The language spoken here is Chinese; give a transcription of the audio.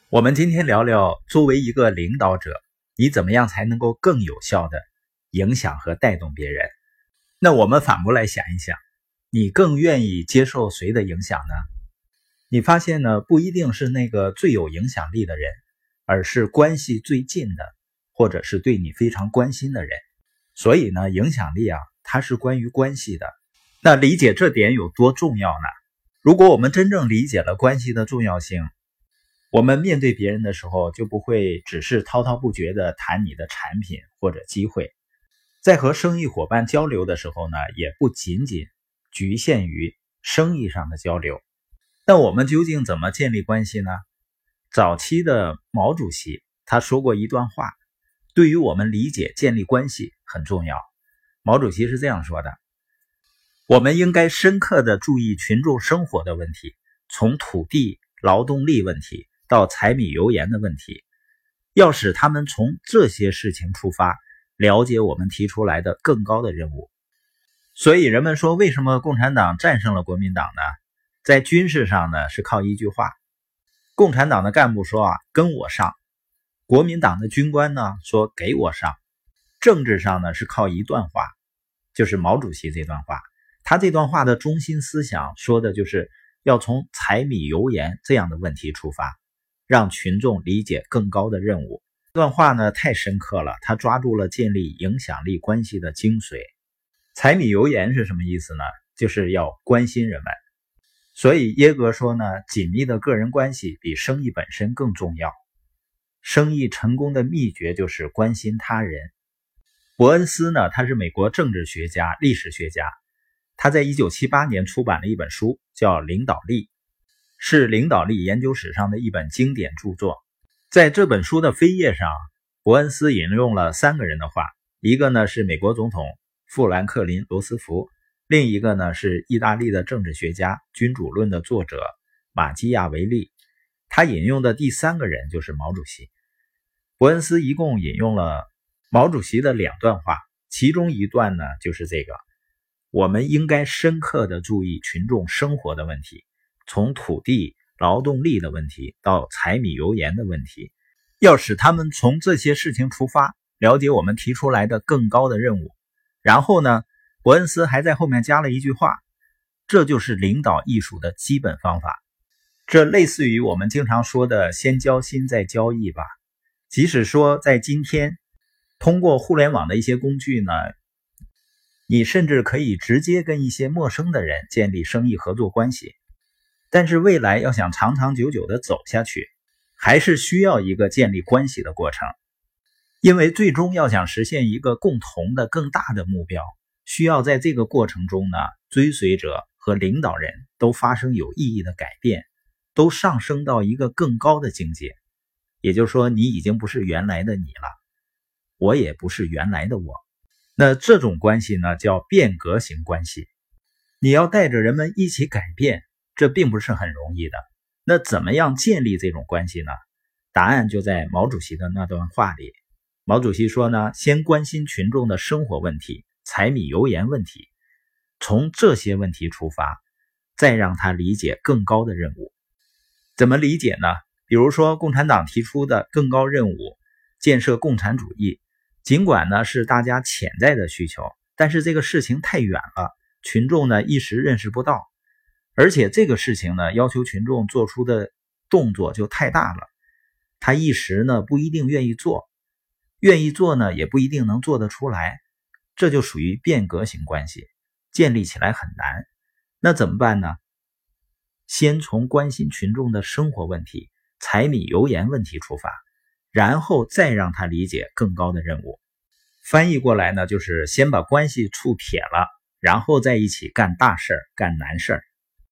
我们今天聊聊，作为一个领导者，你怎么样才能够更有效的影响和带动别人？那我们反过来想一想，你更愿意接受谁的影响呢？你发现呢，不一定是那个最有影响力的人，而是关系最近的，或者是对你非常关心的人。所以呢，影响力它是关于关系的。那理解这点有多重要呢？如果我们真正理解了关系的重要性，我们面对别人的时候，就不会只是滔滔不绝地谈你的产品或者机会。在和生意伙伴交流的时候呢，也不仅仅局限于生意上的交流。那我们究竟怎么建立关系呢？早期的毛主席他说过一段话，对于我们理解建立关系很重要。毛主席是这样说的：我们应该深刻地注意群众生活的问题，从土地、劳动力问题到柴米油盐的问题，要使他们从这些事情出发，了解我们提出来的更高的任务。所以人们说，为什么共产党战胜了国民党呢？在军事上呢，是靠一句话，共产党的干部说跟我上，国民党的军官呢说给我上。政治上呢是靠一段话，就是毛主席这段话。他这段话的中心思想说的就是要从柴米油盐这样的问题出发，让群众理解更高的任务。这段话呢太深刻了，他抓住了建立影响力关系的精髓。柴米油盐是什么意思呢？就是要关心人们。所以耶格说呢，紧密的个人关系比生意本身更重要。生意成功的秘诀就是关心他人。伯恩斯呢，他是美国政治学家、历史学家，他在1978年出版了一本书，叫《领导力》，是领导力研究史上的一本经典著作。在这本书的扉页上，伯恩斯引用了3个人的话，一个呢是美国总统富兰克林·罗斯福，另一个呢是意大利的政治学家、君主论的作者马基亚维利。他引用的第3个人就是毛主席。伯恩斯一共引用了毛主席的2段话，其中一段呢就是这个：我们应该深刻地注意群众生活的问题，从土地、劳动力的问题到柴米油盐的问题，要使他们从这些事情出发，了解我们提出来的更高的任务。然后呢，伯恩斯还在后面加了一句话，这就是领导艺术的基本方法。这类似于我们经常说的先交心再交易吧。即使说在今天通过互联网的一些工具呢，你甚至可以直接跟一些陌生的人建立生意合作关系，但是未来要想长长久久的走下去，还是需要一个建立关系的过程。因为最终要想实现一个共同的更大的目标，需要在这个过程中呢，追随者和领导人都发生有意义的改变，都上升到一个更高的境界。也就是说，你已经不是原来的你了，我也不是原来的我。那这种关系呢，叫变革型关系。你要带着人们一起改变，这并不是很容易的。那怎么样建立这种关系呢？答案就在毛主席的那段话里。毛主席说呢，先关心群众的生活问题、柴米油盐问题，从这些问题出发，再让他理解更高的任务。怎么理解呢？比如说共产党提出的更高任务，建设共产主义，尽管呢是大家潜在的需求，但是这个事情太远了，群众呢一时认识不到，而且这个事情呢要求群众做出的动作就太大了，他一时呢不一定愿意做，愿意做呢也不一定能做得出来，这就属于变革型关系，建立起来很难。那怎么办呢？先从关心群众的生活问题、柴米油盐问题出发，然后再让他理解更高的任务。翻译过来呢，就是先把关系处铁了，然后再一起干大事儿、干难事儿。